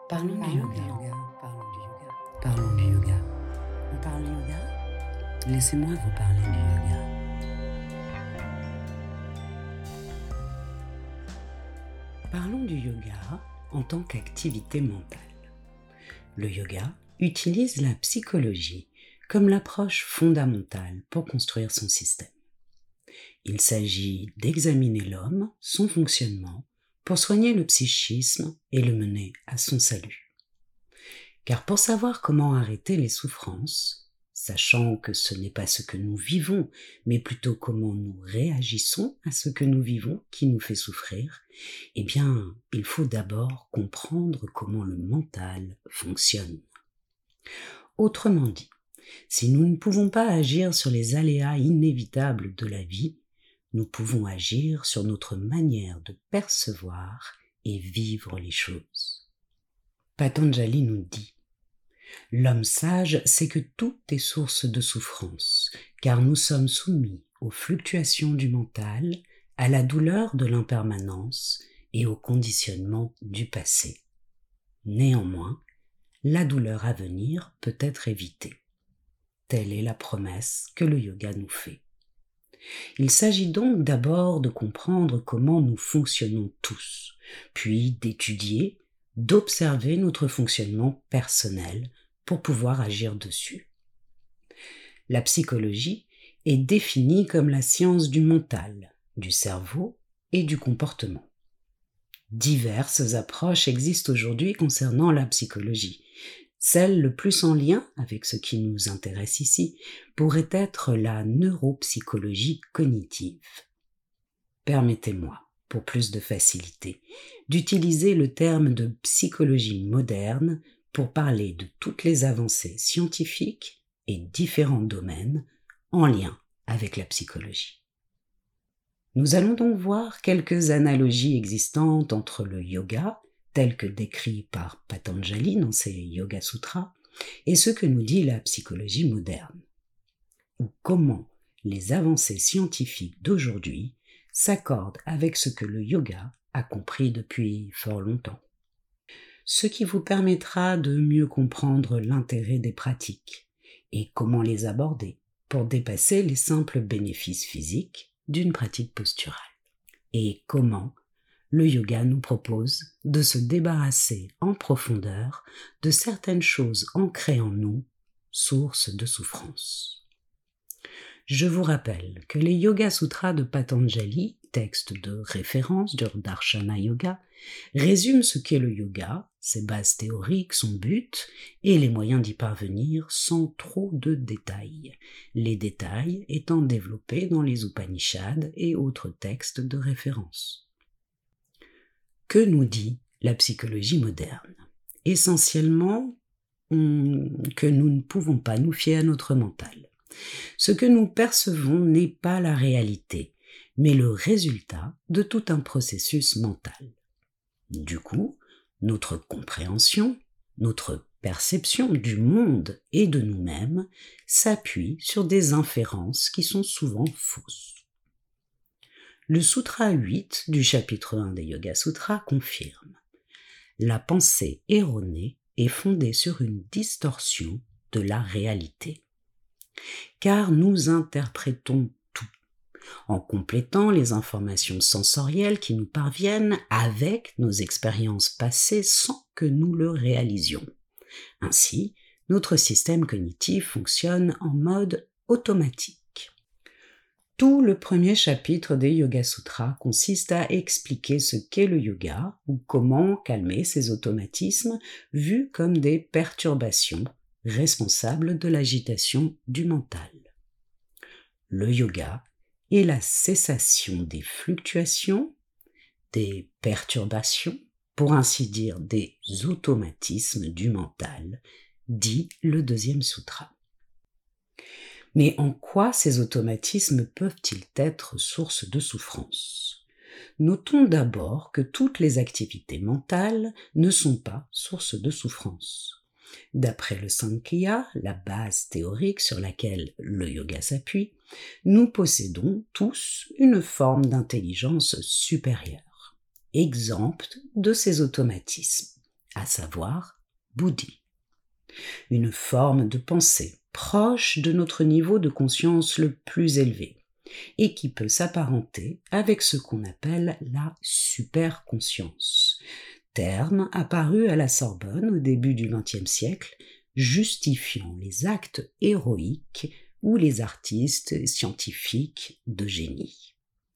Parlons du yoga. Parlons du yoga. On parle du yoga? Laissez-moi vous parler du yoga. Parlons du yoga en tant qu'activité mentale. Le yoga utilise la psychologie comme l'approche fondamentale pour construire son système. Il s'agit d'examiner l'homme, son fonctionnement, pour soigner le psychisme et le mener à son salut. Car pour savoir comment arrêter les souffrances, sachant que ce n'est pas ce que nous vivons, mais plutôt comment nous réagissons à ce que nous vivons qui nous fait souffrir, eh bien, il faut d'abord comprendre comment le mental fonctionne. Autrement dit, si nous ne pouvons pas agir sur les aléas inévitables de la vie, nous pouvons agir sur notre manière de percevoir et vivre les choses. Patanjali nous dit « L'homme sage sait que tout est source de souffrance, car nous sommes soumis aux fluctuations du mental, à la douleur de l'impermanence et au conditionnement du passé. Néanmoins, la douleur à venir peut être évitée. Telle est la promesse que le yoga nous fait. Il s'agit donc d'abord de comprendre comment nous fonctionnons tous, puis d'étudier, d'observer notre fonctionnement personnel pour pouvoir agir dessus. La psychologie est définie comme la science du mental, du cerveau et du comportement. Diverses approches existent aujourd'hui concernant la psychologie. Celle le plus en lien avec ce qui nous intéresse ici pourrait être la neuropsychologie cognitive. Permettez-moi, pour plus de facilité, d'utiliser le terme de psychologie moderne pour parler de toutes les avancées scientifiques et différents domaines en lien avec la psychologie. Nous allons donc voir quelques analogies existantes entre le yoga, tel que décrit par Patanjali dans ses Yoga Sutras, et ce que nous dit la psychologie moderne, ou comment les avancées scientifiques d'aujourd'hui s'accordent avec ce que le yoga a compris depuis fort longtemps. Ce qui vous permettra de mieux comprendre l'intérêt des pratiques et comment les aborder pour dépasser les simples bénéfices physiques d'une pratique posturale, et comment le yoga nous propose de se débarrasser en profondeur de certaines choses ancrées en nous, sources de souffrance. Je vous rappelle que les Yoga Sutras de Patanjali, texte de référence du Darshana Yoga, résument ce qu'est le yoga, ses bases théoriques, son but et les moyens d'y parvenir sans trop de détails, les détails étant développés dans les Upanishads et autres textes de référence. Que nous dit la psychologie moderne? Essentiellement, que nous ne pouvons pas nous fier à notre mental. Ce que nous percevons n'est pas la réalité, mais le résultat de tout un processus mental. Du coup, notre compréhension, notre perception du monde et de nous-mêmes s'appuie sur des inférences qui sont souvent fausses. Le Sutra 8 du chapitre 1 des Yoga Sutras confirme « La pensée erronée est fondée sur une distorsion de la réalité. Car nous interprétons tout, en complétant les informations sensorielles qui nous parviennent avec nos expériences passées sans que nous le réalisions. Ainsi, notre système cognitif fonctionne en mode automatique. Tout le premier chapitre des Yoga Sutras consiste à expliquer ce qu'est le yoga ou comment calmer ces automatismes vus comme des perturbations responsables de l'agitation du mental. Le yoga est la cessation des fluctuations, des perturbations, pour ainsi dire des automatismes du mental, dit le deuxième sutra. Mais en quoi ces automatismes peuvent-ils être source de souffrance? Notons d'abord que toutes les activités mentales ne sont pas source de souffrance. D'après le Samkhya, la base théorique sur laquelle le yoga s'appuie, nous possédons tous une forme d'intelligence supérieure, exempte de ces automatismes, à savoir Buddhi, une forme de pensée proche de notre niveau de conscience le plus élevé et qui peut s'apparenter avec ce qu'on appelle la superconscience, terme apparu à la Sorbonne au début du XXe siècle, justifiant les actes héroïques ou les artistes scientifiques de génie.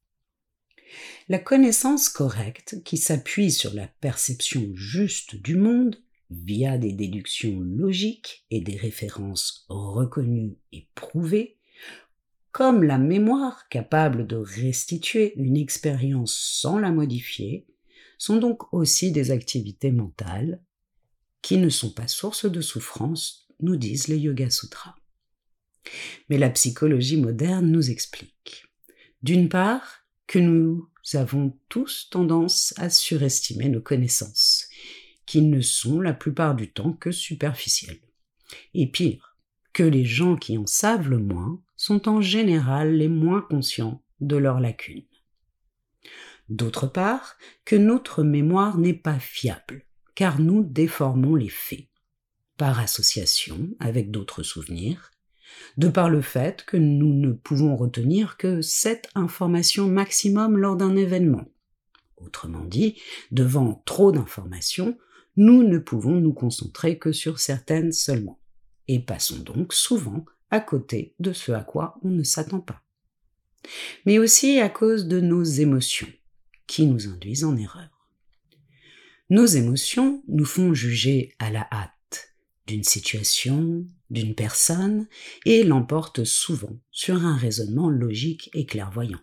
La connaissance correcte, qui s'appuie sur la perception juste du monde via des déductions logiques et des références reconnues et prouvées, comme la mémoire capable de restituer une expérience sans la modifier, sont donc aussi des activités mentales qui ne sont pas source de souffrance, nous disent les Yoga Sutras. Mais la psychologie moderne nous explique, d'une part, que nous avons tous tendance à surestimer nos connaissances, qui ne sont la plupart du temps que superficielles. Et pire, que les gens qui en savent le moins sont en général les moins conscients de leurs lacunes. D'autre part, que notre mémoire n'est pas fiable, car nous déformons les faits, par association avec d'autres souvenirs, de par le fait que nous ne pouvons retenir que 7 informations maximum lors d'un événement. Autrement dit, devant trop d'informations, nous ne pouvons nous concentrer que sur certaines seulement, et passons donc souvent à côté de ce à quoi on ne s'attend pas. Mais aussi à cause de nos émotions, qui nous induisent en erreur. Nos émotions nous font juger à la hâte d'une situation, d'une personne, et l'emportent souvent sur un raisonnement logique et clairvoyant.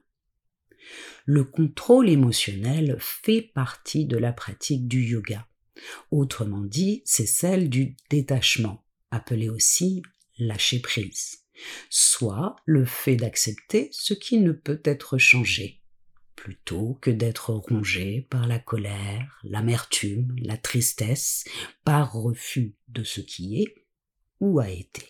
Le contrôle émotionnel fait partie de la pratique du yoga. Autrement dit, c'est celle du détachement, appelé aussi lâcher prise, soit le fait d'accepter ce qui ne peut être changé, plutôt que d'être rongé par la colère, l'amertume, la tristesse, par refus de ce qui est ou a été.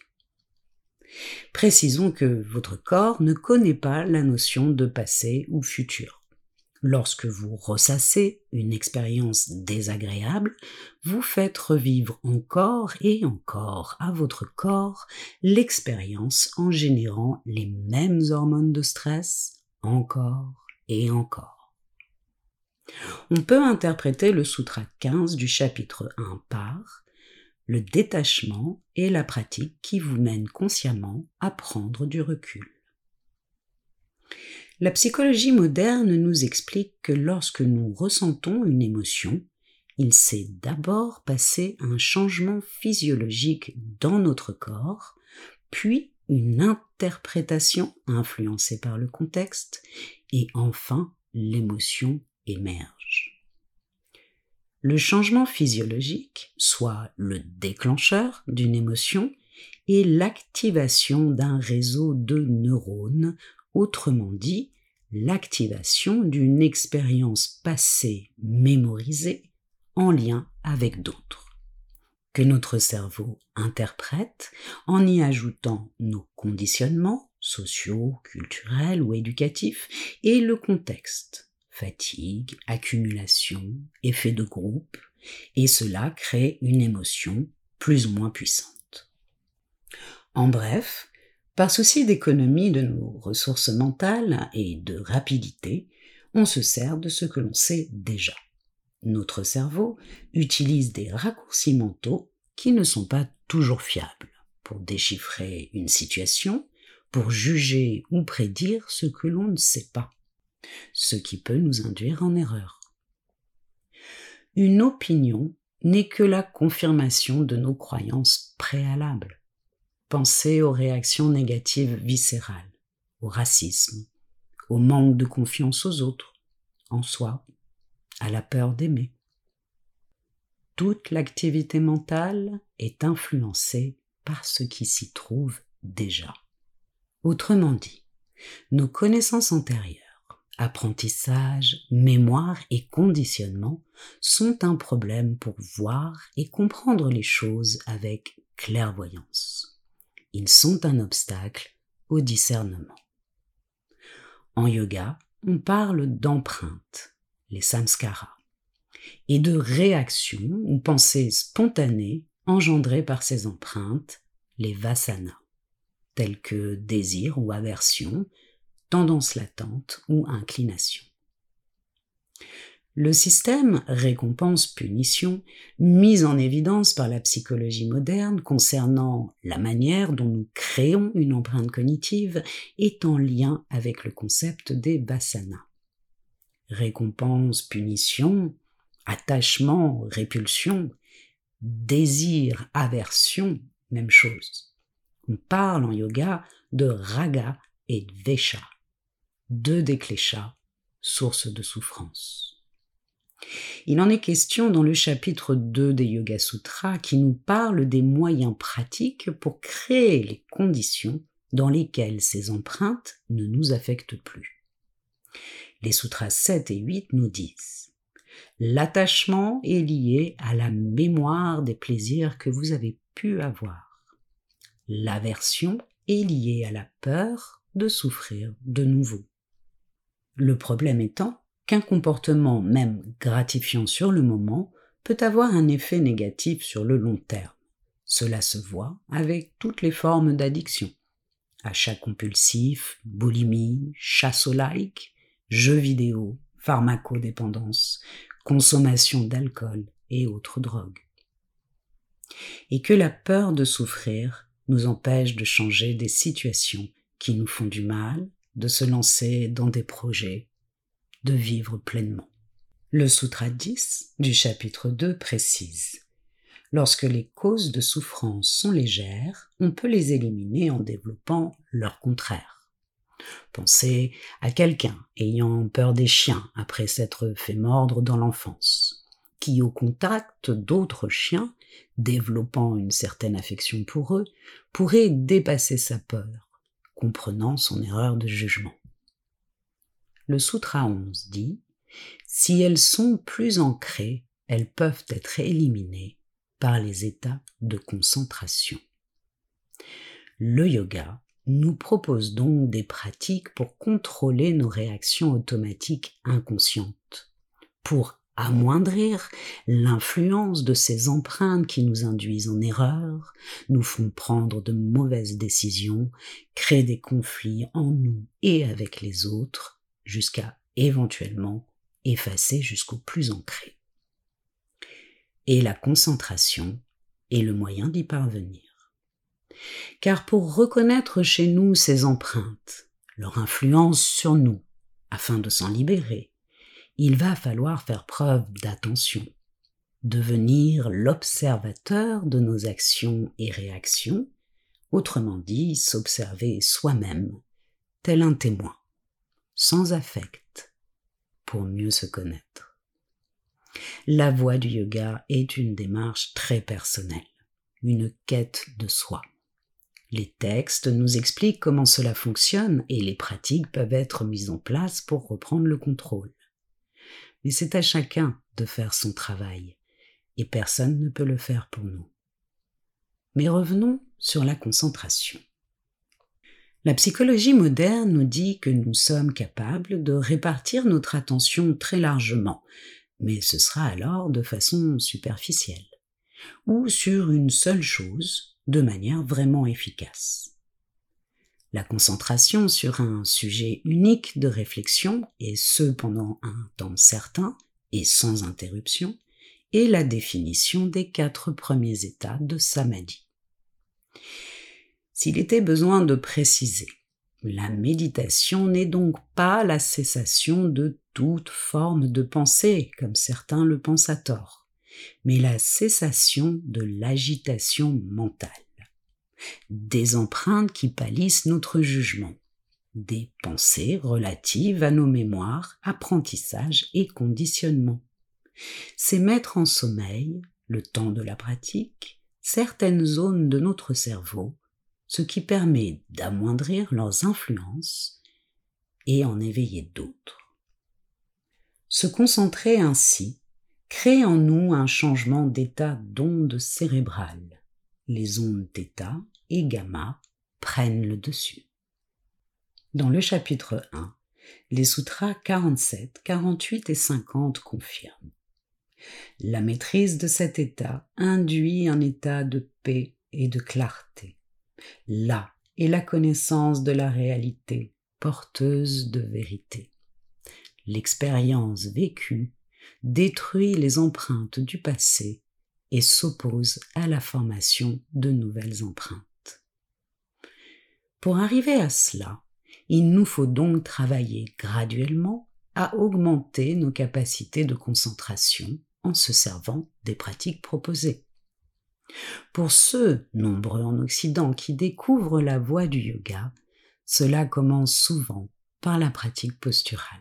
Précisons que votre corps ne connaît pas la notion de passé ou futur. Lorsque vous ressassez une expérience désagréable, vous faites revivre encore et encore à votre corps l'expérience en générant les mêmes hormones de stress, encore et encore. On peut interpréter le Sutra 15 du chapitre 1 par le détachement est la pratique qui vous mène consciemment à prendre du recul. La psychologie moderne nous explique que lorsque nous ressentons une émotion, il s'est d'abord passé un changement physiologique dans notre corps, puis une interprétation influencée par le contexte, et enfin l'émotion émerge. Le changement physiologique, soit le déclencheur d'une émotion, est l'activation d'un réseau de neurones, autrement dit, l'activation d'une expérience passée mémorisée en lien avec d'autres, que notre cerveau interprète en y ajoutant nos conditionnements sociaux, culturels ou éducatifs et le contexte. Fatigue, accumulation, effet de groupe, et cela crée une émotion plus ou moins puissante. En bref, par souci d'économie de nos ressources mentales et de rapidité, on se sert de ce que l'on sait déjà. Notre cerveau utilise des raccourcis mentaux qui ne sont pas toujours fiables pour déchiffrer une situation, pour juger ou prédire ce que l'on ne sait pas, ce qui peut nous induire en erreur. Une opinion n'est que la confirmation de nos croyances préalables. Pensez aux réactions négatives viscérales, au racisme, au manque de confiance aux autres, en soi, à la peur d'aimer. Toute l'activité mentale est influencée par ce qui s'y trouve déjà. Autrement dit, nos connaissances antérieures, apprentissage, mémoire et conditionnement sont un problème pour voir et comprendre les choses avec clairvoyance. Ils sont un obstacle au discernement. En yoga, on parle d'empreintes, les samskaras. et de réactions ou pensées spontanées engendrées par ces empreintes, les vasanas, telles que désir ou aversion, tendance latente ou inclination. Le système récompense-punition, mis en évidence par la psychologie moderne concernant la manière dont nous créons une empreinte cognitive, est en lien avec le concept des vasanas. Récompense-punition, attachement, répulsion, désir, aversion, même chose. On parle en yoga de raga et dvesha, deux des kleshas, sources de souffrance. Il en est question dans le chapitre 2 des Yoga Sutras qui nous parle des moyens pratiques pour créer les conditions dans lesquelles ces empreintes ne nous affectent plus. Les sutras 7 et 8 nous disent « L'attachement est lié à la mémoire des plaisirs que vous avez pu avoir. L'aversion est liée à la peur de souffrir de nouveau. Le problème étant qu'un comportement, même gratifiant sur le moment, peut avoir un effet négatif sur le long terme. Cela se voit avec toutes les formes d'addiction. Achat compulsif, boulimie, chasse au like, jeux vidéo, pharmacodépendance, consommation d'alcool et autres drogues. Et que la peur de souffrir nous empêche de changer des situations qui nous font du mal, de se lancer dans des projets, de vivre pleinement. Le Sutra 10 du chapitre 2 précise « Lorsque les causes de souffrance sont légères, on peut les éliminer en développant leur contraire. Pensez à quelqu'un ayant peur des chiens après s'être fait mordre dans l'enfance, qui au contact d'autres chiens, développant une certaine affection pour eux, pourrait dépasser sa peur, comprenant son erreur de jugement. Le Sutra 11 dit « Si elles sont plus ancrées, elles peuvent être éliminées par les états de concentration. » Le yoga nous propose donc des pratiques pour contrôler nos réactions automatiques inconscientes, pour amoindrir l'influence de ces empreintes qui nous induisent en erreur, nous font prendre de mauvaises décisions, créent des conflits en nous et avec les autres, jusqu'à éventuellement effacer jusqu'au plus ancré. Et la concentration est le moyen d'y parvenir. Car pour reconnaître chez nous ces empreintes, leur influence sur nous, afin de s'en libérer, il va falloir faire preuve d'attention, devenir l'observateur de nos actions et réactions, autrement dit, s'observer soi-même, tel un témoin, sans affect, pour mieux se connaître. La voie du yoga est une démarche très personnelle, une quête de soi. Les textes nous expliquent comment cela fonctionne et les pratiques peuvent être mises en place pour reprendre le contrôle. Mais c'est à chacun de faire son travail, et personne ne peut le faire pour nous. Mais revenons sur la concentration. La psychologie moderne nous dit que nous sommes capables de répartir notre attention très largement, mais ce sera alors de façon superficielle, ou sur une seule chose, de manière vraiment efficace. La concentration sur un sujet unique de réflexion, et ce pendant un temps certain et sans interruption, est la définition des 4 premiers états de samadhi. S'il était besoin de préciser, la méditation n'est donc pas la cessation de toute forme de pensée, comme certains le pensent à tort, mais la cessation de l'agitation mentale, des empreintes qui pâlissent notre jugement, des pensées relatives à nos mémoires, apprentissages et conditionnements. C'est mettre en sommeil, le temps de la pratique, certaines zones de notre cerveau, ce qui permet d'amoindrir leurs influences et en éveiller d'autres. Se concentrer ainsi crée en nous un changement d'état d'onde cérébrale. Les ondes θ et gamma prennent le dessus. Dans le chapitre 1, les sutras 47, 48 et 50 confirment. La maîtrise de cet état induit un état de paix et de clarté. Là est la connaissance de la réalité, porteuse de vérité. L'expérience vécue détruit les empreintes du passé et s'oppose à la formation de nouvelles empreintes. Pour arriver à cela, il nous faut donc travailler graduellement à augmenter nos capacités de concentration en se servant des pratiques proposées. Pour ceux, nombreux en Occident, qui découvrent la voie du yoga, cela commence souvent par la pratique posturale.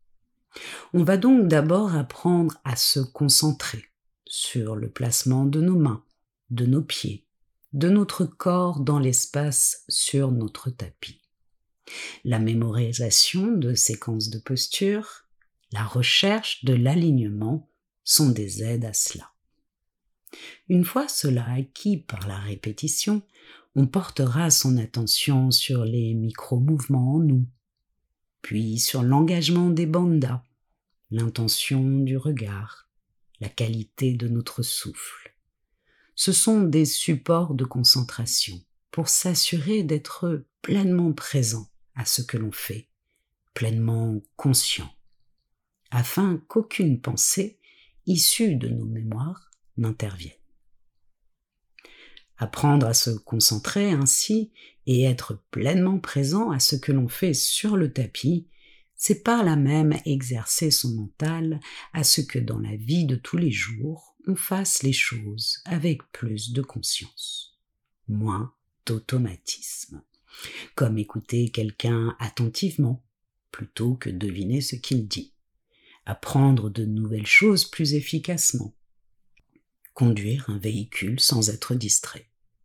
On va donc d'abord apprendre à se concentrer sur le placement de nos mains, de nos pieds, de notre corps dans l'espace sur notre tapis. La mémorisation de séquences de postures, la recherche de l'alignement sont des aides à cela. Une fois cela acquis par la répétition, on portera son attention sur les micro-mouvements en nous, puis sur l'engagement des bandhas, l'intention du regard, la qualité de notre souffle. Ce sont des supports de concentration pour s'assurer d'être pleinement présent à ce que l'on fait, pleinement conscient, afin qu'aucune pensée issue de nos mémoires n'intervienne. Apprendre à se concentrer ainsi et être pleinement présent à ce que l'on fait sur le tapis, c'est par là même exercer son mental à ce que dans la vie de tous les jours, on fasse les choses avec plus de conscience, moins d'automatisme, comme écouter quelqu'un attentivement plutôt que deviner ce qu'il dit, apprendre de nouvelles choses plus efficacement, conduire un véhicule sans être distrait.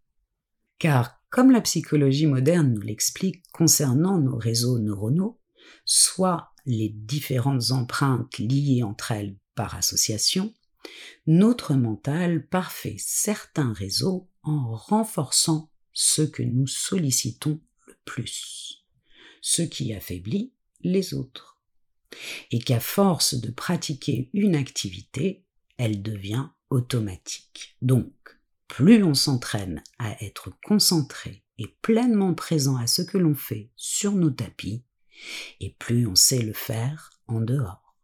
Car, comme la psychologie moderne nous l'explique concernant nos réseaux neuronaux, soit les différentes empreintes liées entre elles par association, notre mental parfait certains réseaux en renforçant ceux que nous sollicitons le plus, ce qui affaiblit les autres, et qu'à force de pratiquer une activité, elle devient automatique. Donc, plus on s'entraîne à être concentré et pleinement présent à ce que l'on fait sur nos tapis, et plus on sait le faire en dehors.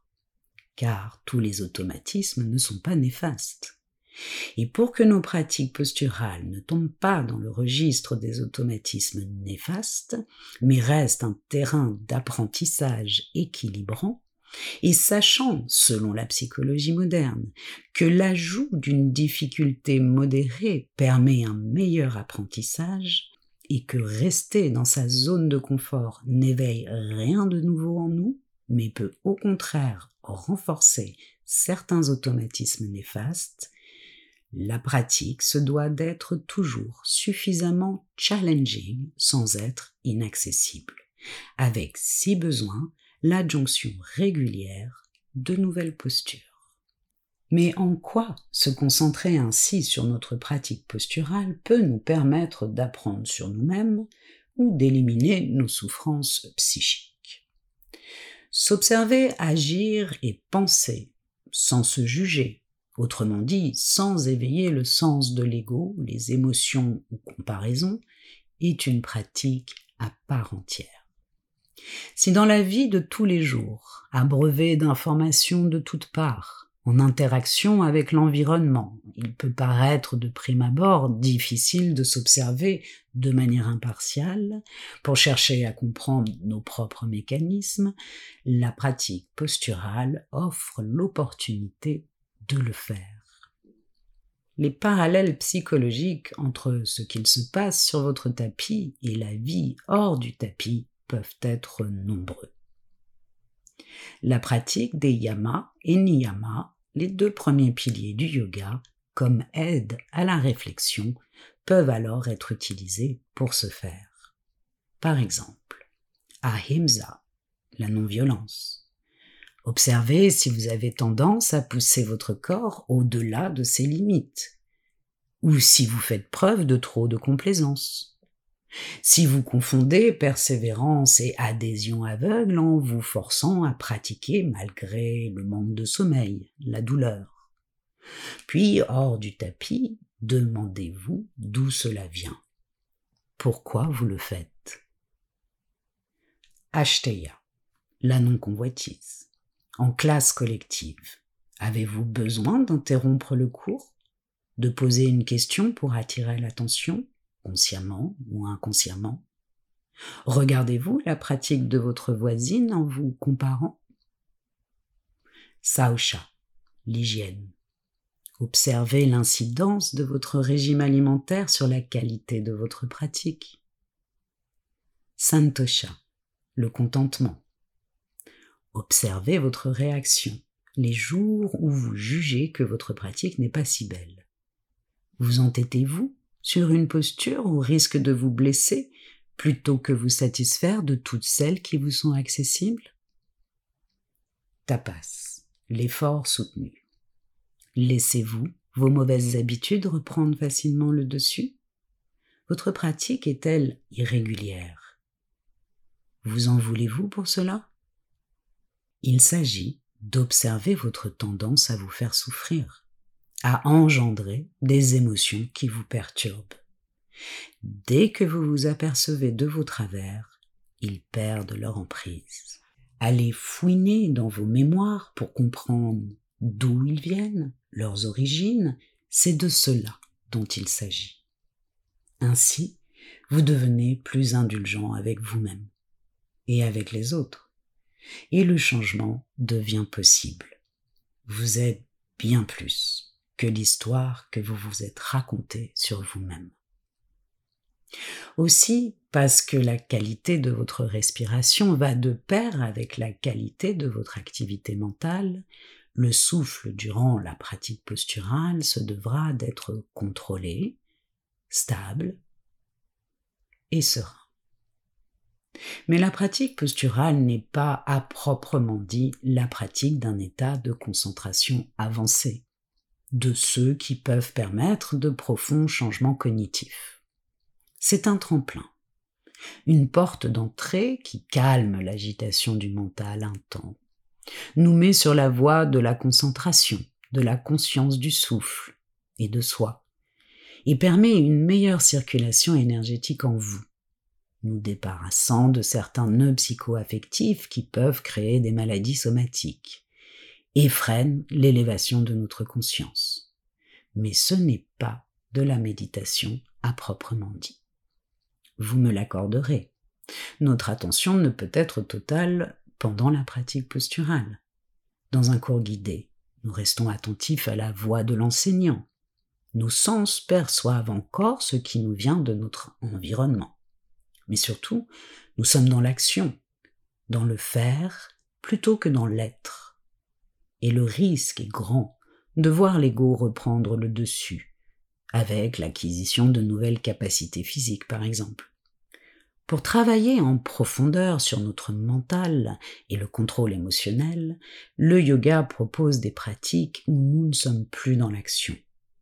Car tous les automatismes ne sont pas néfastes. Et pour que nos pratiques posturales ne tombent pas dans le registre des automatismes néfastes, mais restent un terrain d'apprentissage équilibrant, et sachant, selon la psychologie moderne, que l'ajout d'une difficulté modérée permet un meilleur apprentissage, et que rester dans sa zone de confort n'éveille rien de nouveau en nous, mais peut au contraire renforcer certains automatismes néfastes, la pratique se doit d'être toujours suffisamment challenging sans être inaccessible, avec, si besoin, l'adjonction régulière de nouvelles postures. Mais en quoi se concentrer ainsi sur notre pratique posturale peut nous permettre d'apprendre sur nous-mêmes ou d'éliminer nos souffrances psychiques? S'observer agir et penser sans se juger, autrement dit, sans éveiller le sens de l'ego, les émotions ou comparaisons, est une pratique à part entière. Si dans la vie de tous les jours, abreuvée d'informations de toutes parts, en interaction avec l'environnement, il peut paraître de prime abord difficile de s'observer de manière impartiale pour chercher à comprendre nos propres mécanismes, la pratique posturale offre l'opportunité de le faire. Les parallèles psychologiques entre ce qu'il se passe sur votre tapis et la vie hors du tapis peuvent être nombreux. La pratique des yamas et niyamas, les deux premiers piliers du yoga, comme aide à la réflexion, peuvent alors être utilisés pour ce faire. Par exemple, ahimsa, la non-violence. Observez si vous avez tendance à pousser votre corps au-delà de ses limites, ou si vous faites preuve de trop de complaisance. Si vous confondez persévérance et adhésion aveugle en vous forçant à pratiquer malgré le manque de sommeil, la douleur, Puis, hors du tapis, demandez-vous d'où cela vient. Pourquoi vous le faites? Ashteya, la non-convoitise. En classe collective, avez-vous besoin d'interrompre le cours? De poser une question pour attirer l'attention, consciemment ou inconsciemment? Regardez-vous la pratique de votre voisine en vous comparant? Sausha, l'hygiène. Observez l'incidence de votre régime alimentaire sur la qualité de votre pratique. Santosha, le contentement. Observez votre réaction les jours où vous jugez que votre pratique n'est pas si belle. Vous entêtez-vous sur une posture au risque de vous blesser plutôt que vous satisfaire de toutes celles qui vous sont accessibles? Tapas, l'effort soutenu. Laissez-vous vos mauvaises habitudes reprendre facilement le dessus? Votre pratique est-elle irrégulière? Vous en voulez-vous pour cela? Il s'agit d'observer votre tendance à vous faire souffrir, à engendrer des émotions qui vous perturbent. Dès que vous vous apercevez de vos travers, ils perdent leur emprise. Allez fouiner dans vos mémoires pour comprendre d'où ils viennent, leurs origines, c'est de cela dont il s'agit. Ainsi, vous devenez plus indulgent avec vous-même et avec les autres, et le changement devient possible. Vous êtes bien plus que l'histoire que vous vous êtes racontée sur vous-même. Aussi, parce que la qualité de votre respiration va de pair avec la qualité de votre activité mentale, le souffle durant la pratique posturale se devra d'être contrôlé, stable et serein. Mais la pratique posturale n'est pas à proprement dit la pratique d'un état de concentration avancé, de ceux qui peuvent permettre de profonds changements cognitifs. C'est un tremplin, une porte d'entrée qui calme l'agitation du mental un temps, nous met sur la voie de la concentration, de la conscience du souffle et de soi, et permet une meilleure circulation énergétique en vous, nous débarrassant de certains nœuds psycho-affectifs qui peuvent créer des maladies somatiques, et freinent l'élévation de notre conscience. Mais ce n'est pas de la méditation à proprement dit. Vous me l'accorderez. Notre attention ne peut être totale pendant la pratique posturale. Dans un cours guidé, nous restons attentifs à la voix de l'enseignant. Nos sens perçoivent encore ce qui nous vient de notre environnement. Mais surtout, nous sommes dans l'action, dans le faire plutôt que dans l'être. Et le risque est grand de voir l'ego reprendre le dessus, avec l'acquisition de nouvelles capacités physiques par exemple. Pour travailler en profondeur sur notre mental et le contrôle émotionnel, le yoga propose des pratiques où nous ne sommes plus dans l'action,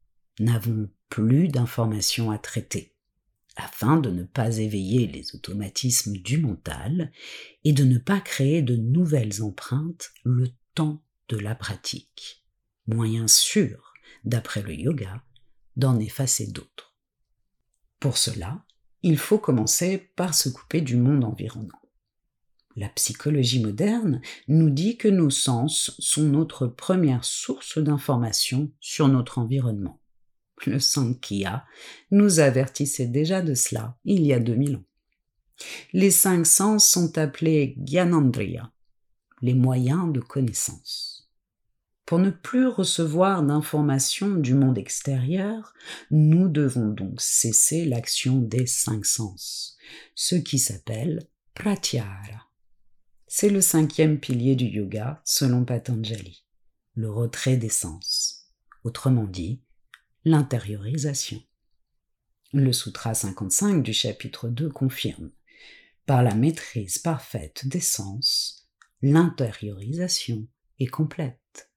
n'avons plus d'informations à traiter, afin de ne pas éveiller les automatismes du mental et de ne pas créer de nouvelles empreintes le temps de la pratique, moyen sûr, d'après le yoga, d'en effacer d'autres. Pour cela, il faut commencer par se couper du monde environnant. La psychologie moderne nous dit que nos sens sont notre première source d'information sur notre environnement. Le Samkhya nous avertissait déjà de cela il y a 2000 ans. Les 5 sens sont appelés Gyanendriya, les moyens de connaissance. Pour ne plus recevoir d'informations du monde extérieur, nous devons donc cesser l'action des 5 sens, ce qui s'appelle pratyahara. C'est le 5e pilier du yoga selon Patanjali, le retrait des sens, autrement dit, l'intériorisation. Le Sutra 55 du chapitre 2 confirme, par la maîtrise parfaite des sens, l'intériorisation est complète.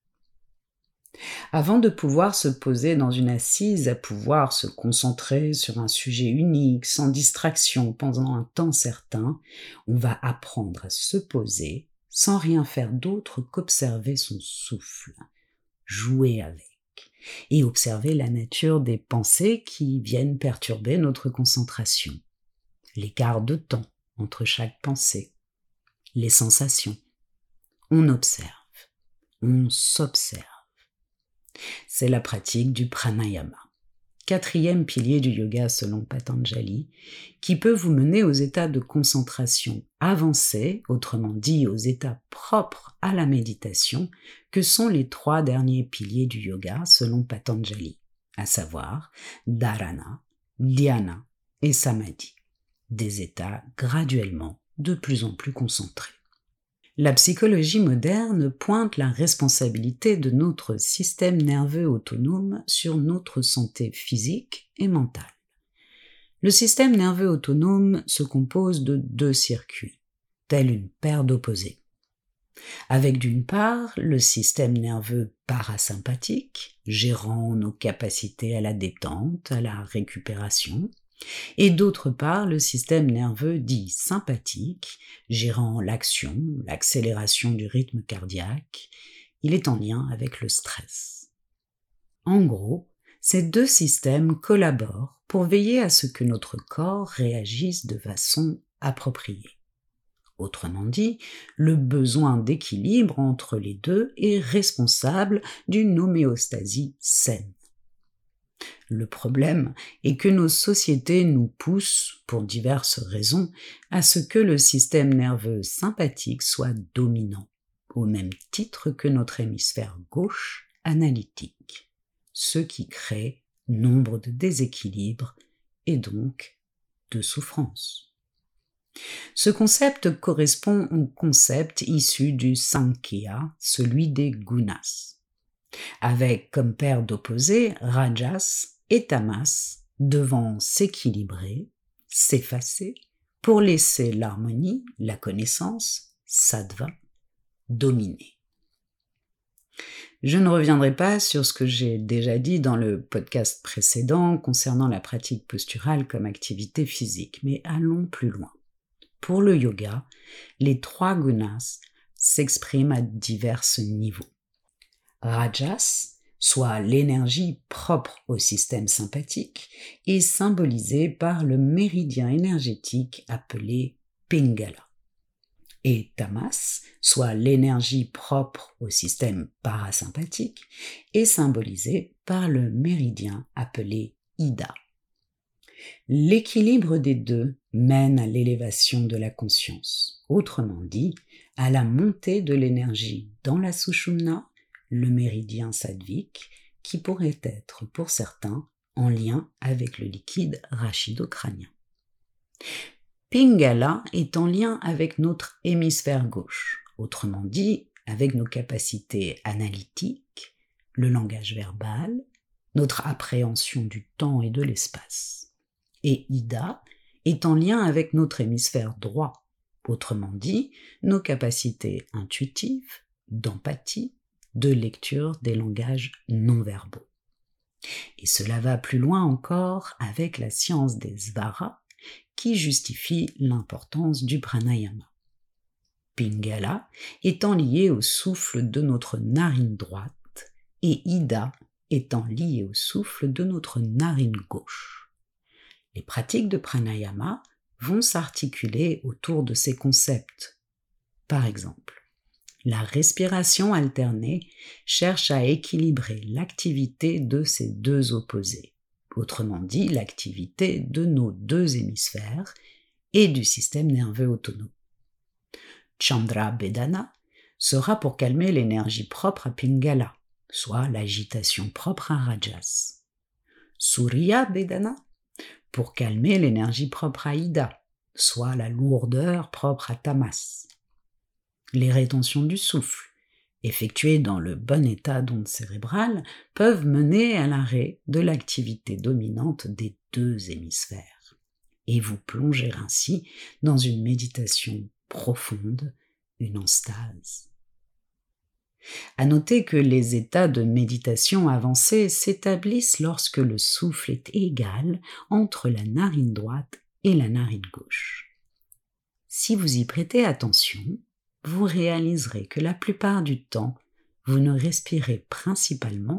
Avant de pouvoir se poser dans une assise, à pouvoir se concentrer sur un sujet unique, sans distraction, pendant un temps certain, on va apprendre à se poser sans rien faire d'autre qu'observer son souffle, jouer avec, et observer la nature des pensées qui viennent perturber notre concentration, l'écart de temps entre chaque pensée, les sensations. On observe, on s'observe. C'est la pratique du pranayama, 4e pilier du yoga selon Patanjali, qui peut vous mener aux états de concentration avancés, autrement dit aux états propres à la méditation, que sont les 3 derniers piliers du yoga selon Patanjali, à savoir dharana, dhyana et samadhi, des états graduellement de plus en plus concentrés. La psychologie moderne pointe la responsabilité de notre système nerveux autonome sur notre santé physique et mentale. Le système nerveux autonome se compose de 2 circuits, telle une paire d'opposés. Avec d'une part le système nerveux parasympathique, gérant nos capacités à la détente, à la récupération, et d'autre part le système nerveux dit sympathique, gérant l'action, l'accélération du rythme cardiaque. Il est en lien avec le stress. En gros, ces 2 systèmes collaborent pour veiller à ce que notre corps réagisse de façon appropriée. Autrement dit, le besoin d'équilibre entre les 2 est responsable d'une homéostasie saine. Le problème est que nos sociétés nous poussent, pour diverses raisons, à ce que le système nerveux sympathique soit dominant, au même titre que notre hémisphère gauche analytique, ce qui crée nombre de déséquilibres et donc de souffrances. Ce concept correspond au concept issu du Sankhya, celui des gunas, avec comme paire d'opposés Rajas et Tamas devant s'équilibrer, s'effacer, pour laisser l'harmonie, la connaissance, Sattva, dominer. Je ne reviendrai pas sur ce que j'ai déjà dit dans le podcast précédent concernant la pratique posturale comme activité physique, mais allons plus loin. Pour le yoga, les 3 gunas s'expriment à divers niveaux. Rajas, soit l'énergie propre au système sympathique, est symbolisée par le méridien énergétique appelé Pingala. Et Tamas, soit l'énergie propre au système parasympathique, est symbolisée par le méridien appelé Ida. L'équilibre des 2 mène à l'élévation de la conscience, autrement dit, à la montée de l'énergie dans la Sushumna, le méridien sattvique, qui pourrait être, pour certains, en lien avec le liquide rachidocrânien. Pingala est en lien avec notre hémisphère gauche, autrement dit, avec nos capacités analytiques, le langage verbal, notre appréhension du temps et de l'espace. Et Ida est en lien avec notre hémisphère droit, autrement dit, nos capacités intuitives, d'empathie, de lecture des langages non-verbaux. Et cela va plus loin encore avec la science des svaras qui justifie l'importance du pranayama. Pingala étant lié au souffle de notre narine droite et Ida étant lié au souffle de notre narine gauche. Les pratiques de pranayama vont s'articuler autour de ces concepts. Par exemple, la respiration alternée cherche à équilibrer l'activité de ces 2 opposés, autrement dit l'activité de nos 2 hémisphères et du système nerveux autonome. Chandra Bedana sera pour calmer l'énergie propre à Pingala, soit l'agitation propre à Rajas. Surya Bedana pour calmer l'énergie propre à Ida, soit la lourdeur propre à Tamas. Les rétentions du souffle, effectuées dans le bon état d'onde cérébrale, peuvent mener à l'arrêt de l'activité dominante des 2 hémisphères, et vous plonger ainsi dans une méditation profonde, une enstase. À noter que les états de méditation avancée s'établissent lorsque le souffle est égal entre la narine droite et la narine gauche. Si vous y prêtez attention, vous réaliserez que la plupart du temps, vous ne respirez principalement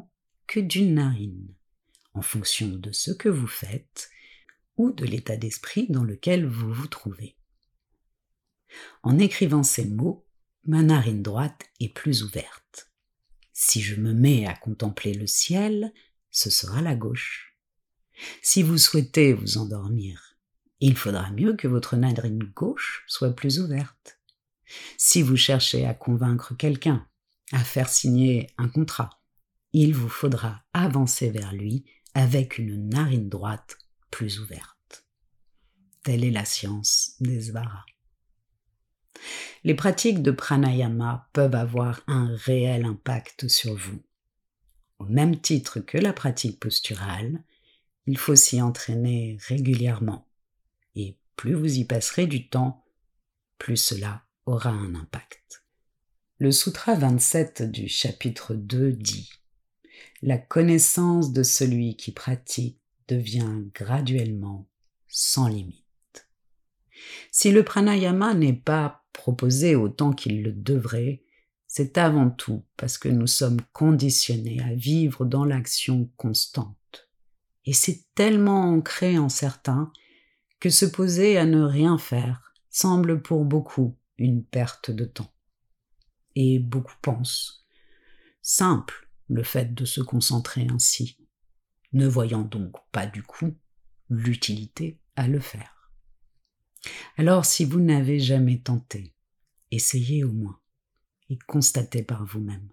que d'une narine, en fonction de ce que vous faites ou de l'état d'esprit dans lequel vous vous trouvez. En écrivant ces mots, ma narine droite est plus ouverte. Si je me mets à contempler le ciel, ce sera la gauche. Si vous souhaitez vous endormir, il faudra mieux que votre narine gauche soit plus ouverte. Si vous cherchez à convaincre quelqu'un, à faire signer un contrat, il vous faudra avancer vers lui avec une narine droite plus ouverte. Telle est la science des Svara. Les pratiques de pranayama peuvent avoir un réel impact sur vous. Au même titre que la pratique posturale, il faut s'y entraîner régulièrement. Et plus vous y passerez du temps, plus cela aura un impact. Le Sutra 27 du chapitre 2 dit « La connaissance de celui qui pratique devient graduellement sans limite. » Si le pranayama n'est pas proposé autant qu'il le devrait, c'est avant tout parce que nous sommes conditionnés à vivre dans l'action constante. Et c'est tellement ancré en certains que se poser à ne rien faire semble pour beaucoup une perte de temps. Et beaucoup pensent simple le fait de se concentrer ainsi, ne voyant donc pas du coup l'utilité à le faire. Alors si vous n'avez jamais tenté, essayez au moins et constatez par vous-même.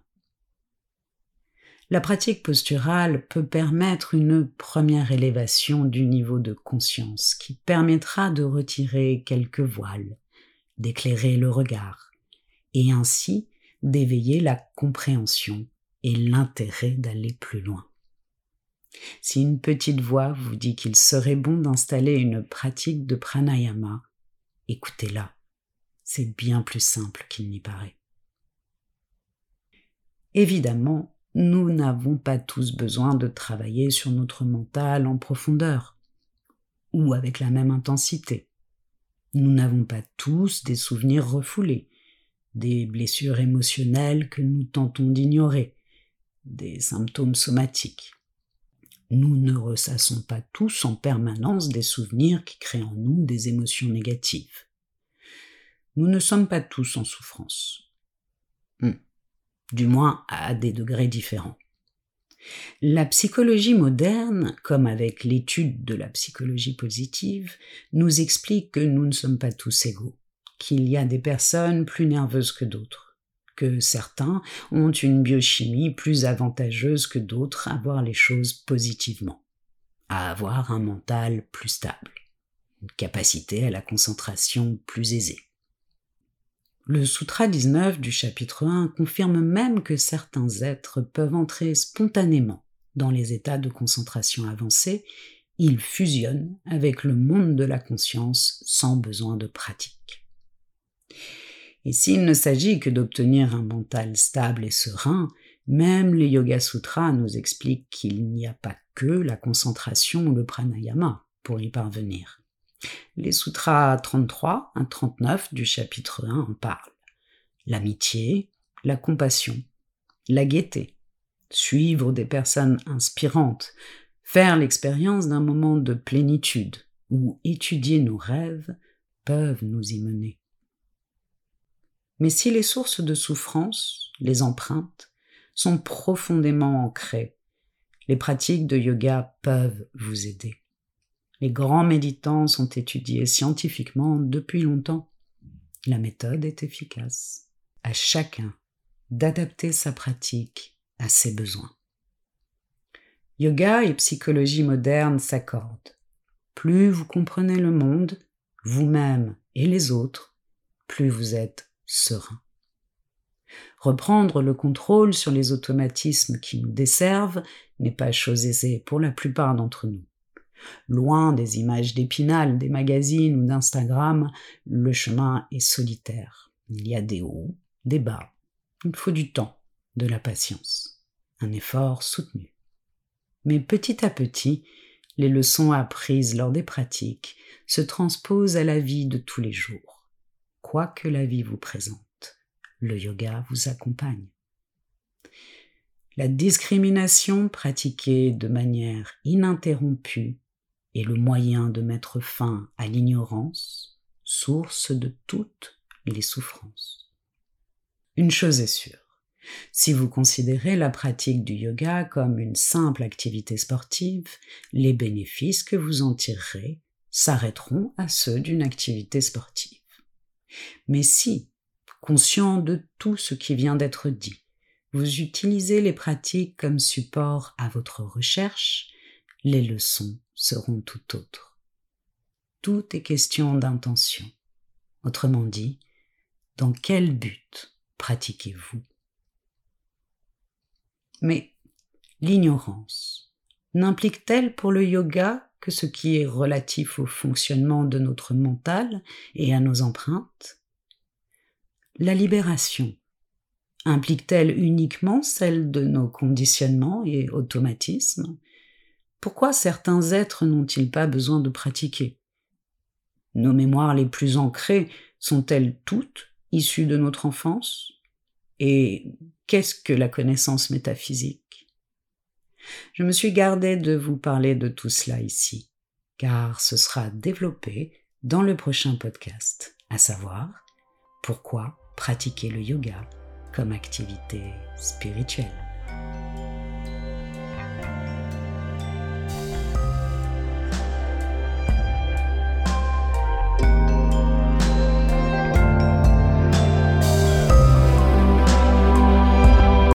La pratique posturale peut permettre une première élévation du niveau de conscience qui permettra de retirer quelques voiles, d'éclairer le regard et ainsi d'éveiller la compréhension et l'intérêt d'aller plus loin. Si une petite voix vous dit qu'il serait bon d'installer une pratique de pranayama, écoutez-la, c'est bien plus simple qu'il n'y paraît. Évidemment, nous n'avons pas tous besoin de travailler sur notre mental en profondeur, ou avec la même intensité. Nous n'avons pas tous des souvenirs refoulés, des blessures émotionnelles que nous tentons d'ignorer, des symptômes somatiques. Nous ne ressassons pas tous en permanence des souvenirs qui créent en nous des émotions négatives. Nous ne sommes pas tous en souffrance. Du moins à des degrés différents. La psychologie moderne, comme avec l'étude de la psychologie positive, nous explique que nous ne sommes pas tous égaux, qu'il y a des personnes plus nerveuses que d'autres, que certains ont une biochimie plus avantageuse que d'autres à voir les choses positivement, à avoir un mental plus stable, une capacité à la concentration plus aisée. Le Sutra 19 du chapitre 1 confirme même que certains êtres peuvent entrer spontanément dans les états de concentration avancés, ils fusionnent avec le monde de la conscience sans besoin de pratique. Et s'il ne s'agit que d'obtenir un mental stable et serein, même les Yoga Sutras nous expliquent qu'il n'y a pas que la concentration ou le pranayama pour y parvenir. Les sutras 33 à 39 du chapitre 1 en parlent. L'amitié, la compassion, la gaieté, suivre des personnes inspirantes, faire l'expérience d'un moment de plénitude ou étudier nos rêves peuvent nous y mener. Mais si les sources de souffrance, les empreintes, sont profondément ancrées, les pratiques de yoga peuvent vous aider. Les grands méditants sont étudiés scientifiquement depuis longtemps. La méthode est efficace. À chacun d'adapter sa pratique à ses besoins. Yoga et psychologie moderne s'accordent. Plus vous comprenez le monde, vous-même et les autres, plus vous êtes serein. Reprendre le contrôle sur les automatismes qui nous desservent n'est pas chose aisée pour la plupart d'entre nous. Loin des images d'Épinal, des magazines ou d'Instagram, le chemin est solitaire. Il y a des hauts, des bas. Il faut du temps, de la patience, un effort soutenu. Mais petit à petit, les leçons apprises lors des pratiques se transposent à la vie de tous les jours. Quoi que la vie vous présente, le yoga vous accompagne. La discrimination pratiquée de manière ininterrompue est le moyen de mettre fin à l'ignorance, source de toutes les souffrances. Une chose est sûre, si vous considérez la pratique du yoga comme une simple activité sportive, les bénéfices que vous en tirerez s'arrêteront à ceux d'une activité sportive. Mais si, conscient de tout ce qui vient d'être dit, vous utilisez les pratiques comme support à votre recherche, les leçons seront tout autres. Tout est question d'intention. Autrement dit, dans quel but pratiquez-vous ? Mais l'ignorance n'implique-t-elle pour le yoga que ce qui est relatif au fonctionnement de notre mental et à nos empreintes ? La libération implique-t-elle uniquement celle de nos conditionnements et automatismes ? Pourquoi certains êtres n'ont-ils pas besoin de pratiquer ? Nos mémoires les plus ancrées sont-elles toutes issues de notre enfance ? Et qu'est-ce que la connaissance métaphysique ? Je me suis gardée de vous parler de tout cela ici, car ce sera développé dans le prochain podcast, à savoir pourquoi pratiquer le yoga comme activité spirituelle.